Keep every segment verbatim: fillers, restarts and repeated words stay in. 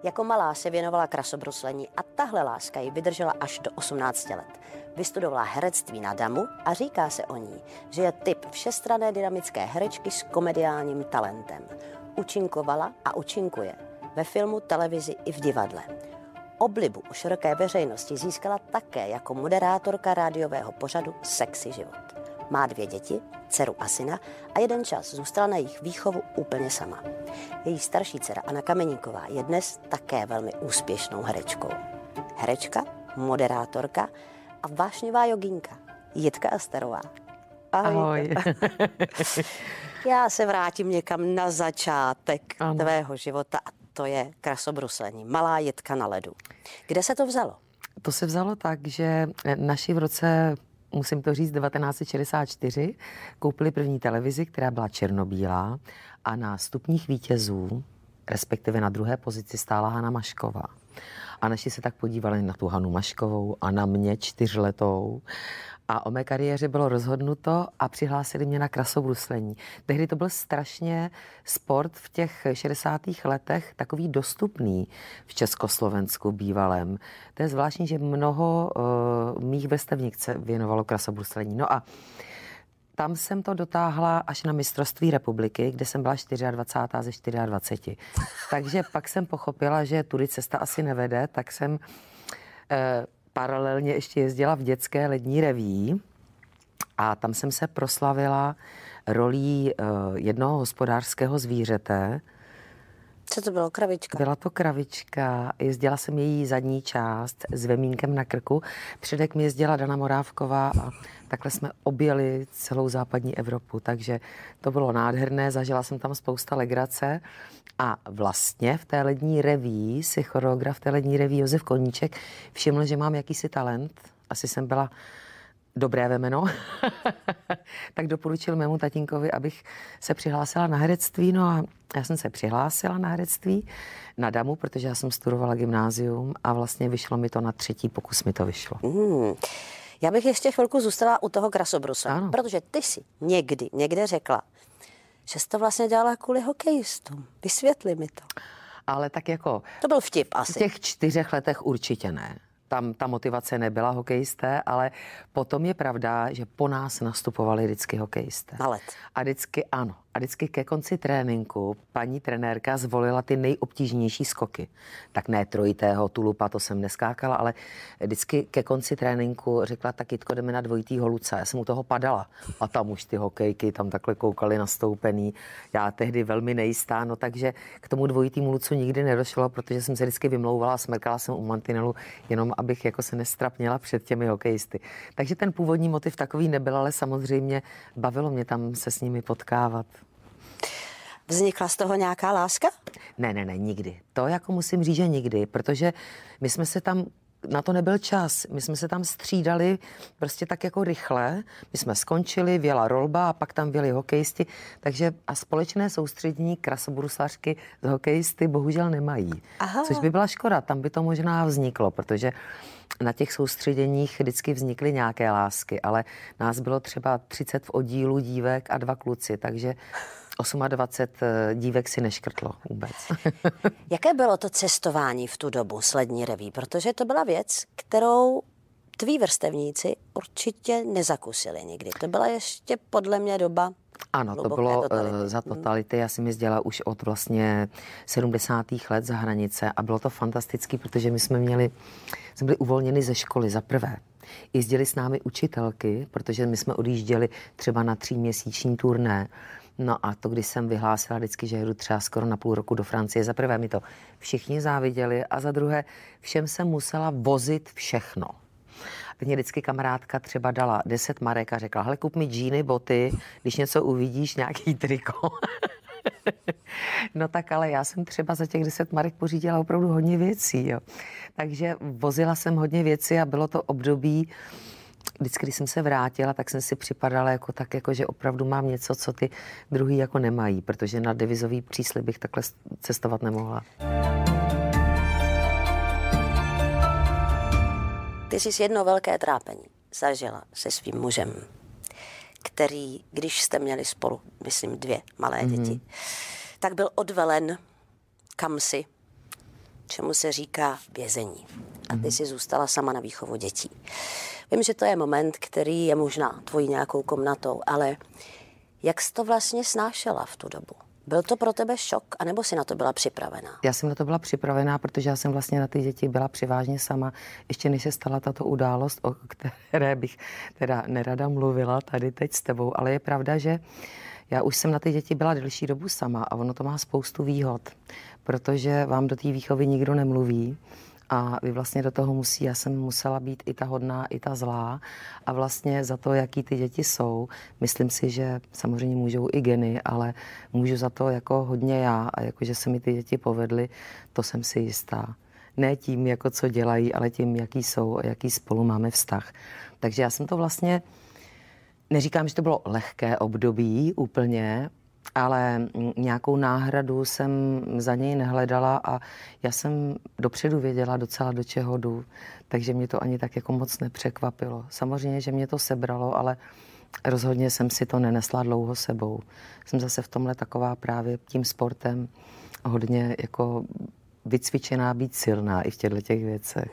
Jako malá se věnovala krasobruslení a tahle láska ji vydržela až do osmnácti let. Vystudovala herectví na Damu a říká se o ní, že je typ všestranné dynamické herečky s komediálním talentem. Účinkovala a účinkuje ve filmu, televizi i v divadle. Oblibu u široké veřejnosti získala také jako moderátorka rádiového pořadu Sexy život. Má dvě děti, dceru a syna, a jeden čas zůstala na jejich výchovu úplně sama. Její starší dcera Anna Kameníková je dnes také velmi úspěšnou herečkou. Herečka, moderátorka a vášnivá jogínka Jitka Asterová. Ahoj. Já se vrátím někam na začátek ano. tvého života a to je krasobruslení. Malá Jitka na ledu. Kde se to vzalo? To se vzalo tak, že naši v roce, musím to říct, devatenáct set šedesát čtyři koupili první televizi, která byla černobílá, a na stupních vítězů, respektive na druhé pozici, stála Hana Mašková. A naši se tak podívali na tu Hanu Maškovou a na mě čtyřletou. A o mé kariéře bylo rozhodnuto a přihlásili mě na krasobruslení. Tehdy to byl strašně sport v těch šedesátých letech takový dostupný v Československu bývalém. To je zvláštní, že mnoho uh, mých vrstevník se věnovalo krasobruslení. No a tam jsem to dotáhla až na mistrovství republiky, kde jsem byla dvacátá čtvrtá ze dvaceti čtyř. Takže pak jsem pochopila, že tudy cesta asi nevede, tak jsem uh, paralelně ještě jezdila v dětské lední reví a tam jsem se proslavila rolí uh, jednoho hospodářského zvířete. Co to bylo? Kravička? Byla to kravička, jezdila jsem její zadní část s vemínkem na krku. Předek mi jezdila Dana Morávková a takhle jsme objeli celou západní Evropu, takže to bylo nádherné, zažila jsem tam spousta legrace a vlastně v té lední reví si choreograf té lední reví Josef Koníček všiml, že mám jakýsi talent, asi jsem byla dobré vemeno, tak doporučil mému tatínkovi, abych se přihlásila na herectví. No a já jsem se přihlásila na herectví na Damu, protože já jsem studovala gymnázium a vlastně vyšlo mi to na třetí pokus, mi to vyšlo. Mm. Já bych ještě chvilku zůstala u toho krasobruslení, protože ty si někdy, někde řekla, že jsi to vlastně dělala kvůli hokejistům. Vysvětli mi to. Ale tak jako... To byl vtip asi. V těch čtyřech letech určitě ne. Tam ta motivace nebyla hokejisté, ale potom je pravda, že po nás nastupovali vždycky hokejisté. Na led. A vždycky ano. A vždycky ke konci tréninku paní trenérka zvolila ty nejobtížnější skoky. Tak ne trojitého tulupa, to jsem neskákala, ale vždycky ke konci tréninku řekla, tak Jitko, jdeme na dvojitýho Luca. Já jsem u toho padala. A tam už ty hokejky tam takhle koukali nastoupený. Já tehdy velmi nejistá, no takže k tomu dvojitýmu Lucu nikdy nedošlo, protože jsem se vždycky vymlouvala a smrkala jsem u mantinelu, jenom abych jako se nestrapněla před těmi hokejisty. Takže ten původní motiv takový nebyl, ale samozřejmě bavilo mě tam se s nimi potkávat. Vznikla z toho nějaká láska? Ne, ne, ne, nikdy. To jako musím říct, že nikdy, protože my jsme se tam, na to nebyl čas, my jsme se tam střídali prostě tak jako rychle, my jsme skončili, věla rolba a pak tam věli hokejisti, takže a společné soustředění krasobruslařky s hokejisty bohužel nemají. Aha. Což by byla škoda, tam by to možná vzniklo, protože na těch soustředěních vždycky vznikly nějaké lásky, ale nás bylo třeba třicet v oddílu dívek a dva kluci, takže dvacet osm dívek si neškrtlo vůbec. Jaké bylo to cestování v tu dobu s lední reví? Protože to byla věc, kterou tví vrstevníci určitě nezakusili nikdy. To byla ještě podle mě doba Ano, to bylo totality. Za totality. Já jsem jezdila už od vlastně sedmdesátých let za hranice a bylo to fantastické, protože my jsme měli, jsme byli uvolněni ze školy za prvé. Jezdili s námi učitelky, protože my jsme odjížděli třeba na tříměsíční turné. No a to, když jsem vyhlásila vždycky, že jedu třeba skoro na půl roku do Francie, za prvé mi to všichni záviděli a za druhé všem jsem musela vozit všechno. Mě vždycky kamarádka třeba dala deset marek a řekla, hele, kup mi džíny, boty, když něco uvidíš, nějaký triko. No tak ale já jsem třeba za těch deset marek pořídila opravdu hodně věcí, jo. Takže vozila jsem hodně věcí a bylo to období, vždycky, když jsem se vrátila, tak jsem si připadala jako tak, jako, že opravdu mám něco, co ty druhý jako nemají, protože na devizový příslib bych takhle cestovat nemohla. Ty jsi jedno velké trápení zažila se svým mužem, který, když jste měli spolu, myslím, dvě malé mm-hmm. děti, tak byl odvelen kamsi čemu se říká vězení. A ty jsi zůstala sama na výchovu dětí. Vím, že to je moment, který je možná tvojí nějakou komnatou, ale jak jsi to vlastně snášela v tu dobu? Byl to pro tebe šok, anebo jsi na to byla připravená? Já jsem na to byla připravená, protože já jsem vlastně na ty děti byla převážně sama, ještě než se stala tato událost, o které bych teda nerada mluvila tady teď s tebou, ale je pravda, že já už jsem na ty děti byla delší dobu sama a ono to má spoustu výhod, protože vám do té výchovy nikdo nemluví a vy vlastně do toho musí, já jsem musela být i ta hodná, i ta zlá a vlastně za to, jaký ty děti jsou, myslím si, že samozřejmě můžou i geny, ale můžu za to jako hodně já a jako, že se mi ty děti povedly, to jsem si jistá. Ne tím, jako co dělají, ale tím, jaký jsou a jaký spolu máme vztah. Takže já jsem to vlastně, neříkám, že to bylo lehké období úplně, ale nějakou náhradu jsem za něj nehledala a já jsem dopředu věděla docela, do čeho jdu, takže mě to ani tak jako moc nepřekvapilo. Samozřejmě, že mě to sebralo, ale rozhodně jsem si to nenesla dlouho sebou. Jsem zase v tomhle taková právě tím sportem hodně jako vycvičená být silná i v těchto těch věcech.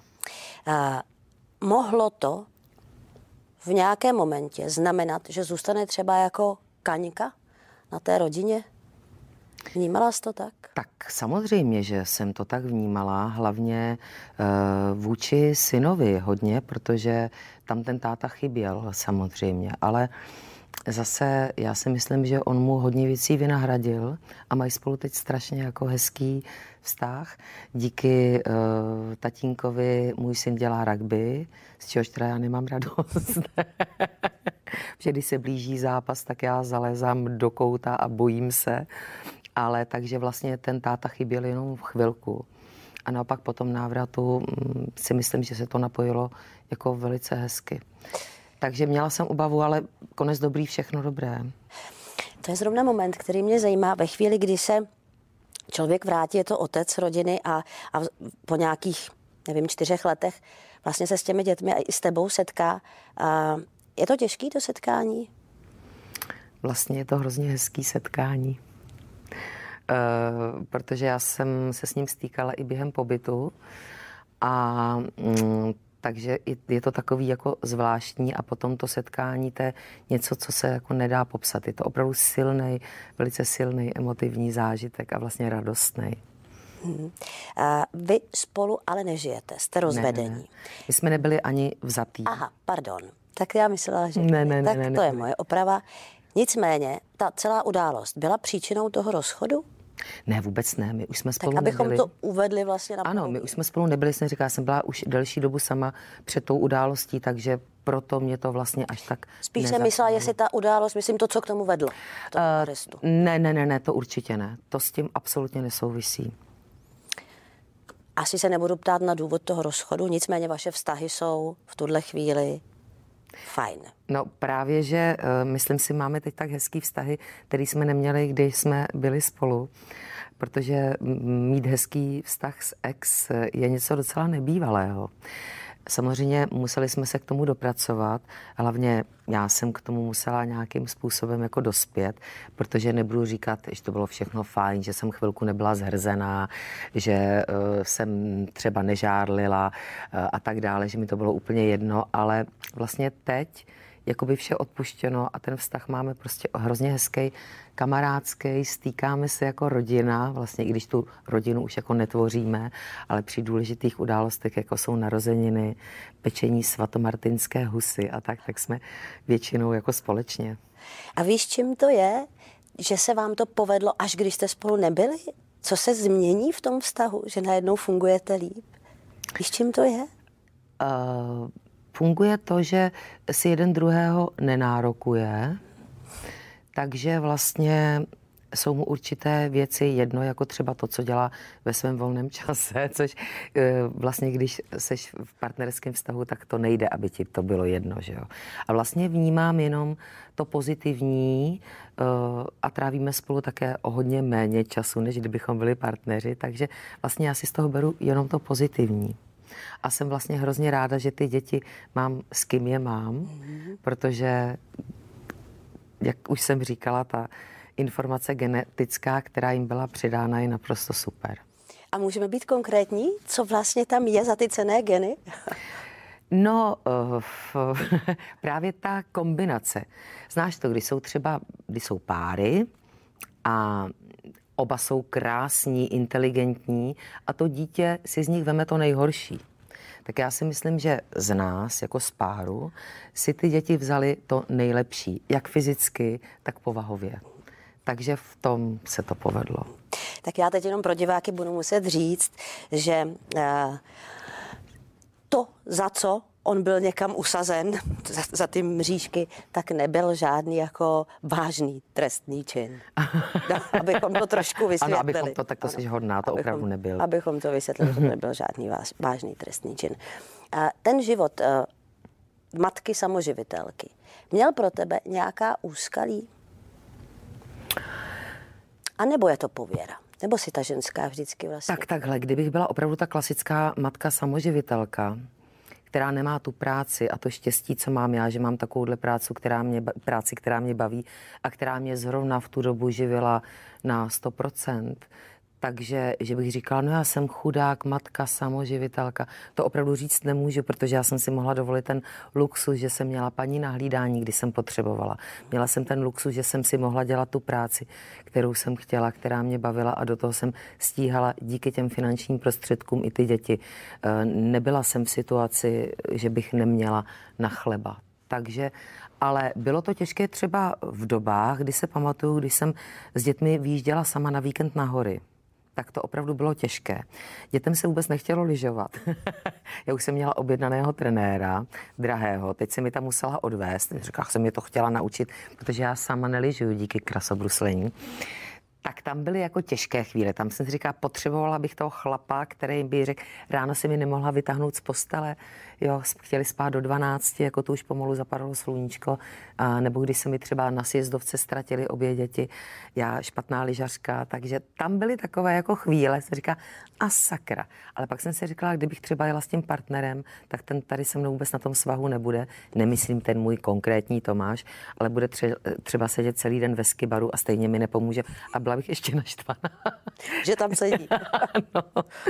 A mohlo to v nějakém momentě znamenat, že zůstane třeba jako kaňka na té rodině? Vnímala jsi to tak? Tak samozřejmě, že jsem to tak vnímala, hlavně uh, vůči synovi hodně, protože tam ten táta chyběl samozřejmě, ale zase já si myslím, že on mu hodně věcí vynahradil a mají spolu teď strašně jako hezký vztah. Díky uh, tatínkovi můj syn dělá rugby, z čehož teda já nemám radost. Protože když se blíží zápas, tak já zalézám do kouta a bojím se. Ale takže vlastně ten táta chyběl jenom v chvilku. A naopak po tom návratu si myslím, že se to napojilo jako velice hezky. Takže měla jsem obavu, ale konec dobrý, všechno dobré. To je zrovna moment, který mě zajímá ve chvíli, kdy se člověk vrátí, je to otec rodiny a, a po nějakých, nevím, čtyřech letech vlastně se s těmi dětmi a i s tebou setká. A je to těžké, to setkání? Vlastně je to hrozně hezký setkání. Uh, protože já jsem se s ním stýkala i během pobytu a mm, takže je to takový jako zvláštní a potom to setkání, to je něco, co se jako nedá popsat. Je to opravdu silný, velice silný emotivní zážitek a vlastně radostný. Hmm. A vy spolu ale nežijete, jste rozvedení. Ne, ne, ne. My jsme nebyli ani vzatý. Aha, pardon. Tak já myslela, že... Ne, ne, tak ne, ne, to ne. je moje oprava. Nicméně, ta celá událost byla příčinou toho rozchodu? Ne, vůbec ne, my už jsme spolu tak abychom nebyli. to uvedli vlastně na Ano, my už jsme spolu nebyli, jsem říkala, jsem byla už delší dobu sama před tou událostí, takže proto mě to vlastně až tak Spíš jsem myslela, jestli ta událost, myslím to, co k tomu vedlo, k tomu arestu. Uh, ne, ne, ne, ne, to určitě ne. To s tím absolutně nesouvisí. Asi se nebudu ptát na důvod toho rozchodu, nicméně vaše vztahy jsou v tuhle chvíli fajn. No právě, že uh, myslím si, máme teď tak hezký vztahy, který jsme neměli, když jsme byli spolu, protože mít hezký vztah s ex je něco docela nebývalého. Samozřejmě museli jsme se k tomu dopracovat, hlavně já jsem k tomu musela nějakým způsobem jako dospět, protože nebudu říkat, že to bylo všechno fajn, že jsem chvilku nebyla zhrzená, že uh, jsem třeba nežárlila uh, a tak dále, že mi to bylo úplně jedno, ale vlastně teď jakoby vše odpuštěno a ten vztah máme prostě hrozně hezký, kamarádský, stýkáme se jako rodina, vlastně i když tu rodinu už jako netvoříme, ale při důležitých událostech, jako jsou narozeniny, pečení svatomartinské husy a tak, tak jsme většinou jako společně. A víš, čím to je, že se vám to povedlo, až když jste spolu nebyli? Co se změní v tom vztahu, že najednou fungujete líp? Víš, čím to je? Uh... Funguje to, že si jeden druhého nenárokuje, takže vlastně jsou mu určité věci jedno, jako třeba to, co dělá ve svém volném čase, což vlastně, když seš v partnerském vztahu, tak to nejde, aby ti to bylo jedno, že jo. A vlastně vnímám jenom to pozitivní a trávíme spolu také o hodně méně času, než kdybychom byli partneři, takže vlastně já si z toho beru jenom to pozitivní. A jsem vlastně hrozně ráda, že ty děti mám, s kým je mám, mm-hmm. protože, jak už jsem říkala, ta informace genetická, která jim byla přidána, je naprosto super. A můžeme být konkrétní? Co vlastně tam je za ty cenné geny? No, uh, právě ta kombinace. Znáš to, když jsou třeba, když jsou páry a oba jsou krásní, inteligentní a to dítě si z nich veme to nejhorší. Tak já si myslím, že z nás, jako z páru, si ty děti vzali to nejlepší, jak fyzicky, tak povahově. Takže v tom se to povedlo. Tak já teď jenom pro diváky budu muset říct, že uh, to, za co on byl někam usazen, za, za ty mřížky, tak nebyl žádný jako vážný trestný čin. No, abychom to trošku vysvětlili. Ano, abychom to, tak to jsi hodná, to abychom, opravdu nebyl. Abychom to vysvětlili, že to nebyl žádný váž, vážný trestný čin. Uh, ten život uh, matky samoživitelky měl pro tebe nějaká úskalí? A nebo je to pověra? Nebo si ta ženská vždycky vlastně? Tak takhle, kdybych byla opravdu ta klasická matka samoživitelka, která nemá tu práci a to štěstí, co mám já, že mám takovouhle práci, která mě, práci, která mě baví a která mě zrovna v tu dobu živila na sto procent. Takže, že bych říkala, no já jsem chudák, matka, samoživitelka. To opravdu říct nemůžu, protože já jsem si mohla dovolit ten luxus, že jsem měla paní na hlídání, když jsem potřebovala. Měla jsem ten luxus, že jsem si mohla dělat tu práci, kterou jsem chtěla, která mě bavila a do toho jsem stíhala díky těm finančním prostředkům i ty děti. Nebyla jsem v situaci, že bych neměla na chleba. Takže, ale bylo to těžké třeba v dobách, kdy se pamatuju, když jsem s dětmi vyjížděla sama na víkend na hory. Tak to opravdu bylo těžké. Dětem se vůbec nechtělo lyžovat. Já už jsem měla objednaného trenéra, drahého, teď se mi tam musela odvést. Říkala, jsem mě to chtěla naučit, protože já sama nelyžuju díky krasobruslení. Tak tam byly jako těžké chvíle. Tam jsem si říkala, potřebovala bych toho chlapa, který by řekl, ráno si mi nemohla vytáhnout z postele, jo, chtěli spát do dvanácti, jako to už pomalu zapadalo sluníčko, a nebo když se mi třeba na sjezdovce ztratili obě děti, já špatná lyžařka, takže tam byly takové jako chvíle, se říká, a sakra. Ale pak jsem si říkala, kdybych třeba jela s tím partnerem, tak ten tady se mnou vůbec na tom svahu nebude, nemyslím ten můj konkrétní Tomáš, ale bude tře- třeba sedět celý den ve skibaru a stejně mi nepomůže a byla bych ještě naštvaná. Že tam sedí. No,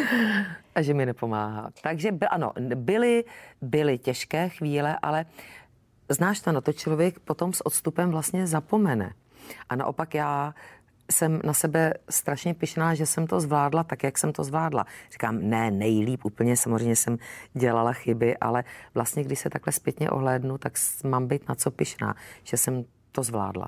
a že mi nepomáhá. Takže by, ano, byly, byly těžké chvíle, ale znáš to, no to člověk potom s odstupem vlastně zapomene. A naopak já jsem na sebe strašně pyšná, že jsem to zvládla tak, jak jsem to zvládla. Říkám, ne, nejlíp, úplně samozřejmě jsem dělala chyby, ale vlastně, když se takhle zpětně ohlédnu, tak mám být na co pyšná, že jsem to zvládla.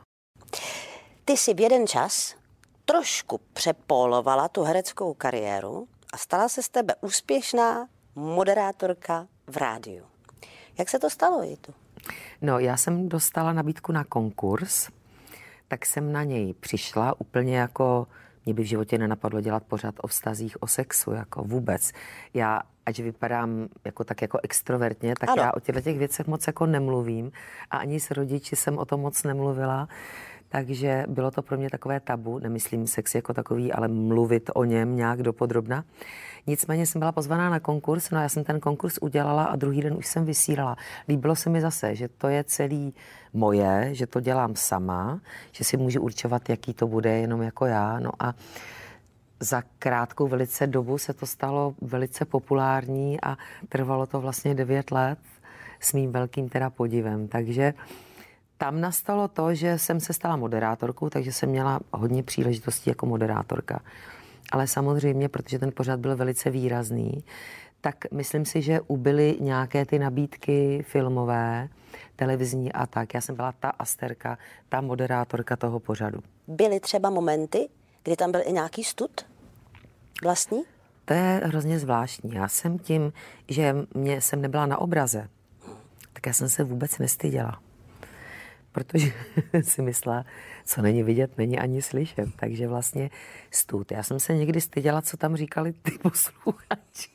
Ty si v jeden čas trošku přepólovala tu hereckou kariéru a stala se z tebe úspěšná moderátorka v rádiu. Jak se to stalo, Jitu? No, já jsem dostala nabídku na konkurs, tak jsem na něj přišla úplně jako, mě by v životě nenapadlo dělat pořád o vztazích, o sexu, jako vůbec. Já, ať vypadám jako tak jako extrovertně, tak ano. Já o těchto těch věcech moc jako nemluvím a ani s rodiči jsem o tom moc nemluvila. Takže bylo to pro mě takové tabu, nemyslím sex jako takový, ale mluvit o něm nějak dopodrobna. Nicméně jsem byla pozvaná na konkurs, no já jsem ten konkurs udělala a druhý den už jsem vysílala. Líbilo se mi zase, že to je celý moje, že to dělám sama, že si můžu určovat, jaký to bude, jenom jako já. No a za krátkou velice dobu se to stalo velice populární a trvalo to vlastně devět let s mým velkým teda podivem. Takže tam nastalo to, že jsem se stala moderátorkou, takže jsem měla hodně příležitostí jako moderátorka. Ale samozřejmě, protože ten pořad byl velice výrazný, tak myslím si, že ubyly nějaké ty nabídky filmové, televizní a tak. Já jsem byla ta asterka, ta moderátorka toho pořadu. Byly třeba momenty, kdy tam byl i nějaký stud vlastní? To je hrozně zvláštní. Já jsem tím, že mě jsem nebyla na obraze, tak já jsem se vůbec nestyděla. Protože si myslela, co není vidět, není ani slyšet. Takže vlastně stud. Já jsem se někdy styděla, co tam říkali ty posluchači.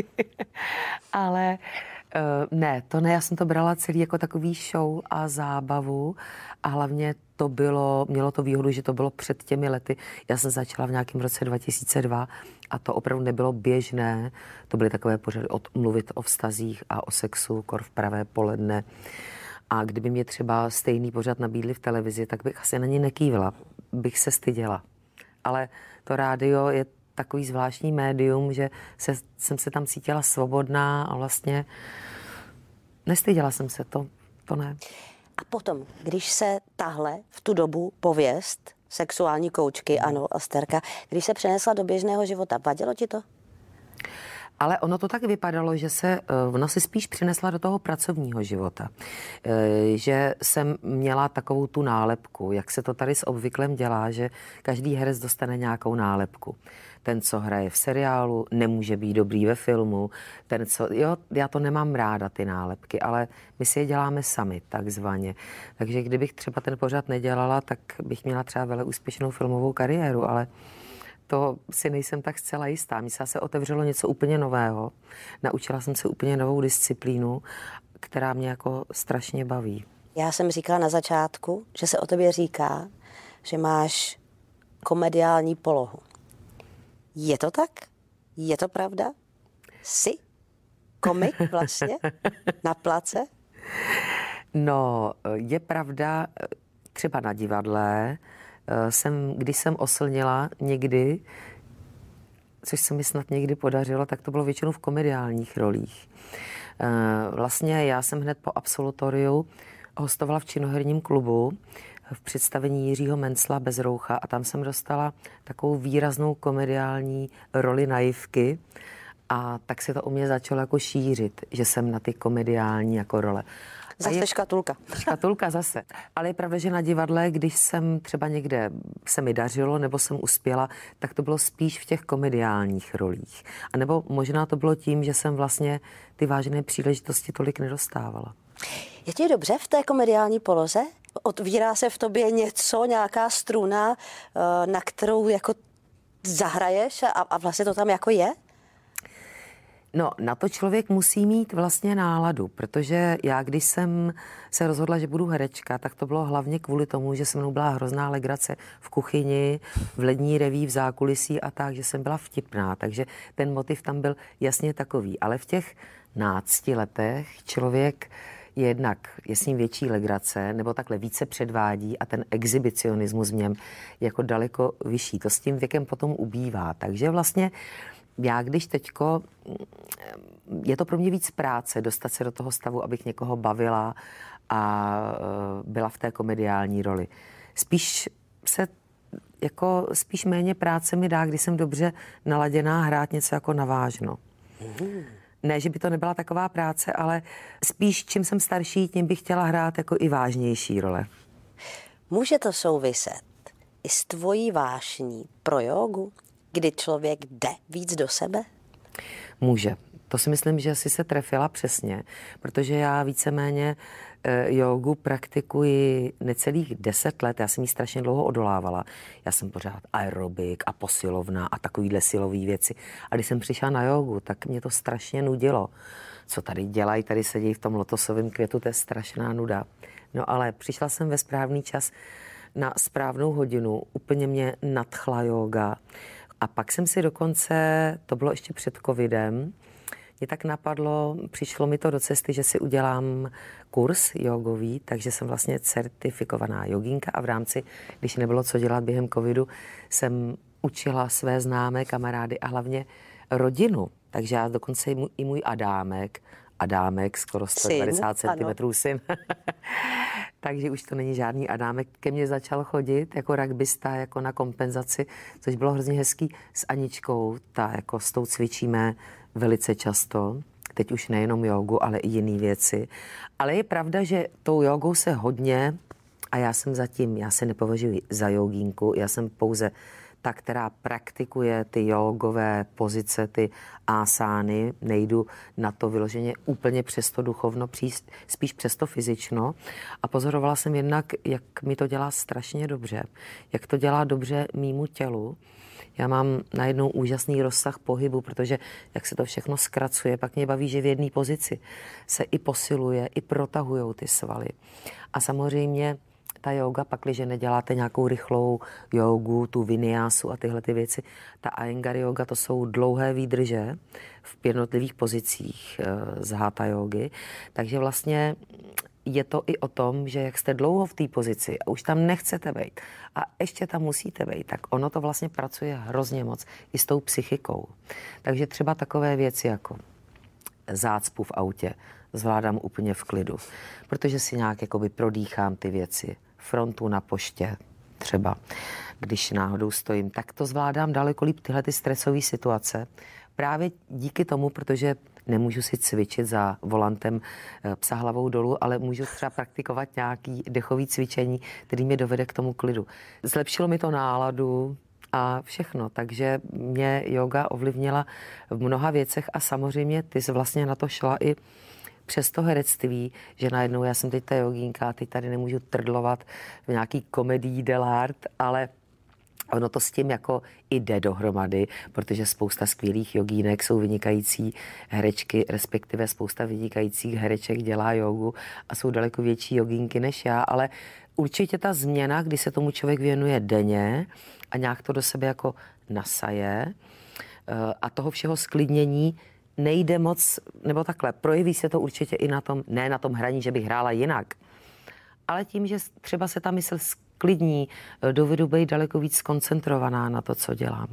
Ale uh, ne, to ne, já jsem to brala celý jako takový show a zábavu a hlavně to bylo, mělo to výhodu, že to bylo před těmi lety. Já jsem začala v nějakém roce dva tisíce dva a to opravdu nebylo běžné. To byly takové pořady od mluvit o vztazích a o sexu, kor v pravé poledne. A kdyby mě třeba stejný pořad nabídli v televizi, tak bych asi na ně nekývila, bych se styděla. Ale to rádio je takový zvláštní médium, že se, jsem se tam cítila svobodná a vlastně nestyděla jsem se, to, to ne. A potom, když se tahle v tu dobu pověst sexuální koučky, ano, Asterka, když se přenesla do běžného života, vadilo ti to? Ale ono to tak vypadalo, že se, ona se spíš přinesla do toho pracovního života. Že jsem měla takovou tu nálepku, jak se to tady s obvyklem dělá, že každý herec dostane nějakou nálepku. Ten, co hraje v seriálu, nemůže být dobrý ve filmu. Ten, co, jo, já to nemám ráda, ty nálepky, ale my si je děláme sami, takzvaně. Takže kdybych třeba ten pořad nedělala, tak bych měla třeba vele úspěšnou filmovou kariéru, ale to si nejsem tak zcela jistá. Mně se otevřelo něco úplně nového. Naučila jsem se úplně novou disciplínu, která mě jako strašně baví. Já jsem říkala na začátku, že se o tobě říká, že máš komediální polohu. Je to tak? Je to pravda? Jsi komik vlastně na place? No, je pravda, třeba na divadle, jsem, když jsem oslnila někdy, což se mi snad někdy podařilo, tak to bylo většinou v komediálních rolích. Vlastně já jsem hned po absolutoriu hostovala v činoherním klubu v představení Jiřího Mencla Bez roucha a tam jsem dostala takovou výraznou komediální roli naivky a tak se to u mě začalo jako šířit, že jsem na ty komediální jako role. Zase je, škatulka. Škatulka zase. Ale je pravda, že na divadle, když jsem třeba někde se mi dařilo nebo jsem uspěla, tak to bylo spíš v těch komediálních rolích. A nebo možná to bylo tím, že jsem vlastně ty vážné příležitosti tolik nedostávala. Je ti dobře v té komediální poloze? Otvírá se v tobě něco, nějaká struna, na kterou jako zahraješ a, a vlastně to tam jako je? No, na to člověk musí mít vlastně náladu, protože já, když jsem se rozhodla, že budu herečka, tak to bylo hlavně kvůli tomu, že se mnou byla hrozná legrace v kuchyni, v lední reví, v zákulisí a tak, že jsem byla vtipná, takže ten motiv tam byl jasně takový. Ale v těch nácti letech člověk je jednak, je s ním větší legrace, nebo takhle více předvádí a ten exhibicionismus v něm je jako daleko vyšší. To s tím věkem potom ubývá, takže vlastně já když teďko, je to pro mě víc práce dostat se do toho stavu, abych někoho bavila a byla v té komediální roli. Spíš se, jako spíš méně práce mi dá, když jsem dobře naladěná hrát něco jako navážno. Mm. Ne, že by to nebyla taková práce, ale spíš čím jsem starší, tím bych chtěla hrát jako i vážnější role. Může to souviset i s tvojí vášní pro jógu? Kdy člověk jde víc do sebe? Může. To si myslím, že si se trefila přesně, protože já víceméně e, jógu praktikuji necelých deset let, já jsem jí strašně dlouho odolávala. Já jsem pořád aerobik a posilovna a takovýhle silový věci. A když jsem přišla na jógu, tak mě to strašně nudilo. Co tady dělají, tady sedí v tom lotosovém květu, to je strašná nuda. No ale přišla jsem ve správný čas na správnou hodinu, úplně mě nadchla jóga. A pak jsem si dokonce, to bylo ještě před covidem, mě tak napadlo, přišlo mi to do cesty, že si udělám kurz jogový, takže jsem vlastně certifikovaná jogínka a v rámci, když nebylo co dělat během covidu, jsem učila své známé kamarády a hlavně rodinu. Takže já dokonce i můj, i můj Adámek, Adámek, skoro sto padesát centimetrů syn. Takže už to není žádný Adámek. Ke mně začal chodit jako rugbysta, jako na kompenzaci, což bylo hrozně hezký s Aničkou. Ta, jako s tou cvičíme velice často. Teď už nejenom jogu, ale i jiné věci. Ale je pravda, že tou jogou se hodně, a já jsem zatím, já se nepovažuji za jogínku, já jsem pouze ta, která praktikuje ty jogové pozice, ty asány, nejdu na to vyloženě úplně přes to duchovno, spíš přes to fyzično. A pozorovala jsem jednak, jak mi to dělá strašně dobře, jak to dělá dobře mýmu tělu. Já mám najednou úžasný rozsah pohybu, protože jak se to všechno zkracuje, pak mě baví, že v jedné pozici se i posiluje, i protahujou ty svaly. A samozřejmě ta jóga, pakliže neděláte nějakou rychlou jógu, tu vinyásu a tyhle ty věci, ta Iyengar jóga, to jsou dlouhé výdrže v jednotlivých pozicích z hatha jógy. Takže vlastně je to i o tom, že jak jste dlouho v té pozici a už tam nechcete být a ještě tam musíte být, tak ono to vlastně pracuje hrozně moc i s tou psychikou. Takže třeba takové věci jako zácpu v autě zvládám úplně v klidu, protože si nějak jakoby prodýchám ty věci. Frontu na poště třeba, když náhodou stojím, tak to zvládám daleko líp tyhle ty stresové situace. Právě díky tomu, protože nemůžu si cvičit za volantem psa hlavou dolů, ale můžu třeba praktikovat nějaký dechový cvičení, který mě dovede k tomu klidu. Zlepšilo mi to náladu a všechno, takže mě yoga ovlivnila v mnoha věcech a samozřejmě ty jsi vlastně na to šla i přes to herectví, že najednou já jsem teď ta jogínka, teď tady nemůžu trdlovat v nějaký komedii dell'art, ale ono to s tím jako jde dohromady, protože spousta skvělých jogínek jsou vynikající herečky, respektive spousta vynikajících hereček dělá jogu a jsou daleko větší jogínky než já, ale určitě ta změna, kdy se tomu člověk věnuje denně a nějak to do sebe jako nasaje a toho všeho sklidnění nejde moc, nebo takhle, projeví se to určitě i na tom, ne na tom hraní, že bych hrála jinak, ale tím, že třeba se ta mysl sklidní, dovedu být daleko víc koncentrovaná na to, co dělám.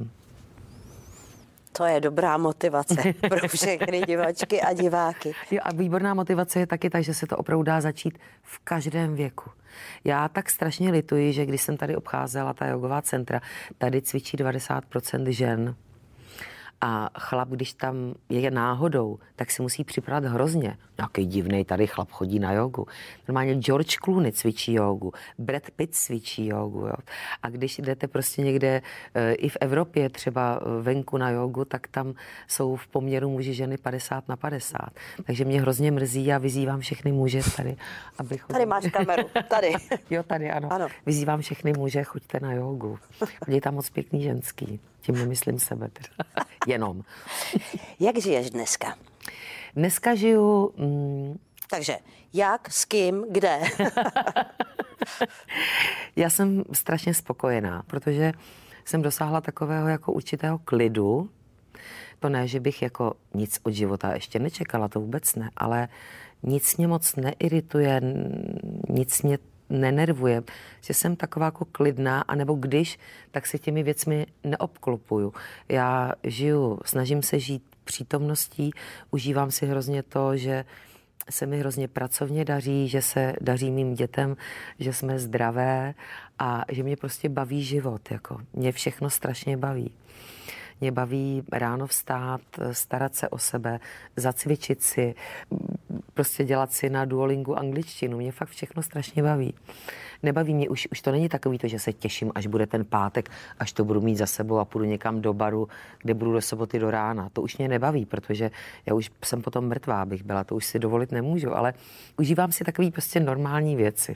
To je dobrá motivace pro všechny divačky a diváky. Jo, a výborná motivace je taky tak, že se to opravdu dá začít v každém věku. Já tak strašně lituji, že když jsem tady obcházela ta jogová centra, tady cvičí devadesát procent žen. A chlap, když tam je náhodou, tak si musí připadat hrozně. Nějaký divnej tady chlap chodí na jogu. Normálně George Clooney cvičí jogu, Brad Pitt cvičí jogu. Jo. A když jdete prostě někde e, i v Evropě třeba venku na jogu, tak tam jsou v poměru muži ženy padesát na padesát. Takže mě hrozně mrzí a vyzývám všechny muže tady, aby chodili. Tady máš kameru, tady. Jo, tady ano. ano. Vyzývám všechny muže, choďte na jogu. Chodí tam moc pěkný ženský. Tím nemyslím sebe teda. Jenom. Jak žiješ dneska? Dneska žiju... Mm, Takže jak, s kým, kde? Já jsem strašně spokojená, protože jsem dosáhla takového jako určitého klidu. To ne, že bych jako nic od života ještě nečekala, to vůbec ne, ale nic mě moc neirituje, nic mě nenervuje, že jsem taková jako klidná, anebo když, tak se těmi věcmi neobklopuju. Já žiju, snažím se žít přítomností, užívám si hrozně to, že se mi hrozně pracovně daří, že se daří mým dětem, že jsme zdravé a že mě prostě baví život. Jako. Mě všechno strašně baví. Mě baví ráno vstát, starat se o sebe, zacvičit si, prostě dělat si na Duolingu angličtinu. Mě fakt všechno strašně baví. Nebaví mě, už, už to není takový to, že se těším, až bude ten pátek, až to budu mít za sebou a půjdu někam do baru, kde budu do soboty do rána. To už mě nebaví, protože já už jsem potom mrtvá, abych byla, to už si dovolit nemůžu, ale užívám si takový prostě normální věci.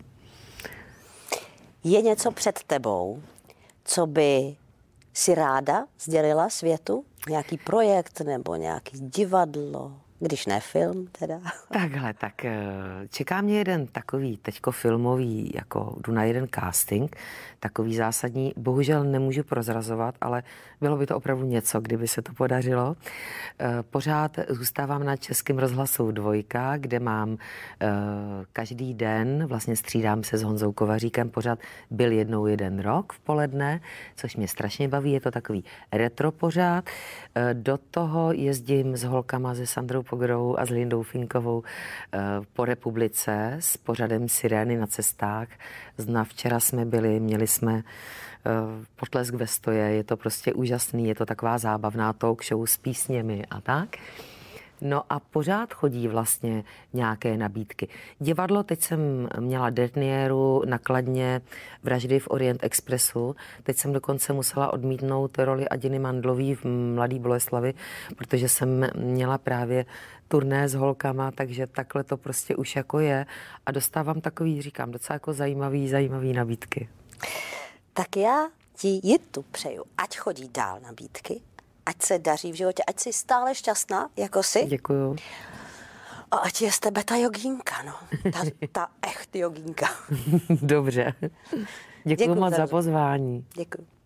Je něco před tebou, co by si ráda sdělila světu? Nějaký projekt nebo nějaký divadlo? Když ne film teda. Takhle, tak čeká mě jeden takový teďko filmový, jako jdu na jeden casting, takový zásadní, bohužel nemůžu prozrazovat, ale bylo by to opravdu něco, kdyby se to podařilo. Pořád zůstávám na Českém rozhlasu Dvojka, kde mám každý den, vlastně střídám se s Honzou Kovaříkem, pořád byl jednou jeden rok v poledne, což mě strašně baví, je to takový retro pořád. Do toho jezdím s holkama, se Sandrou Pogorovou a s Lindou Finkovou po republice s pořadem Sirény na cestách. Zna včera jsme byli, měli jsme Potlesk ve stoje, je to prostě úžasný, je to taková zábavná talk show s písněmi a tak. No a pořád chodí vlastně nějaké nabídky. Divadlo, teď jsem měla derniéru na Kladně, Vraždy v Orient Expressu. Teď jsem dokonce musela odmítnout roli Adiny Mandlový v Mladý Boleslavi, protože jsem měla právě turné s holkama, takže takhle to prostě už jako je. A dostávám takový, říkám, docela jako zajímavý, zajímavý nabídky. Tak já ti jitu přeju, ať chodí dál nabídky, ať se daří v životě, ať jsi stále šťastná, jako jsi. Děkuju. A ať je z tebe ta jogínka, no. Ta, ta echt jogínka. Dobře. Děkuju moc za pozvání. Děkuju.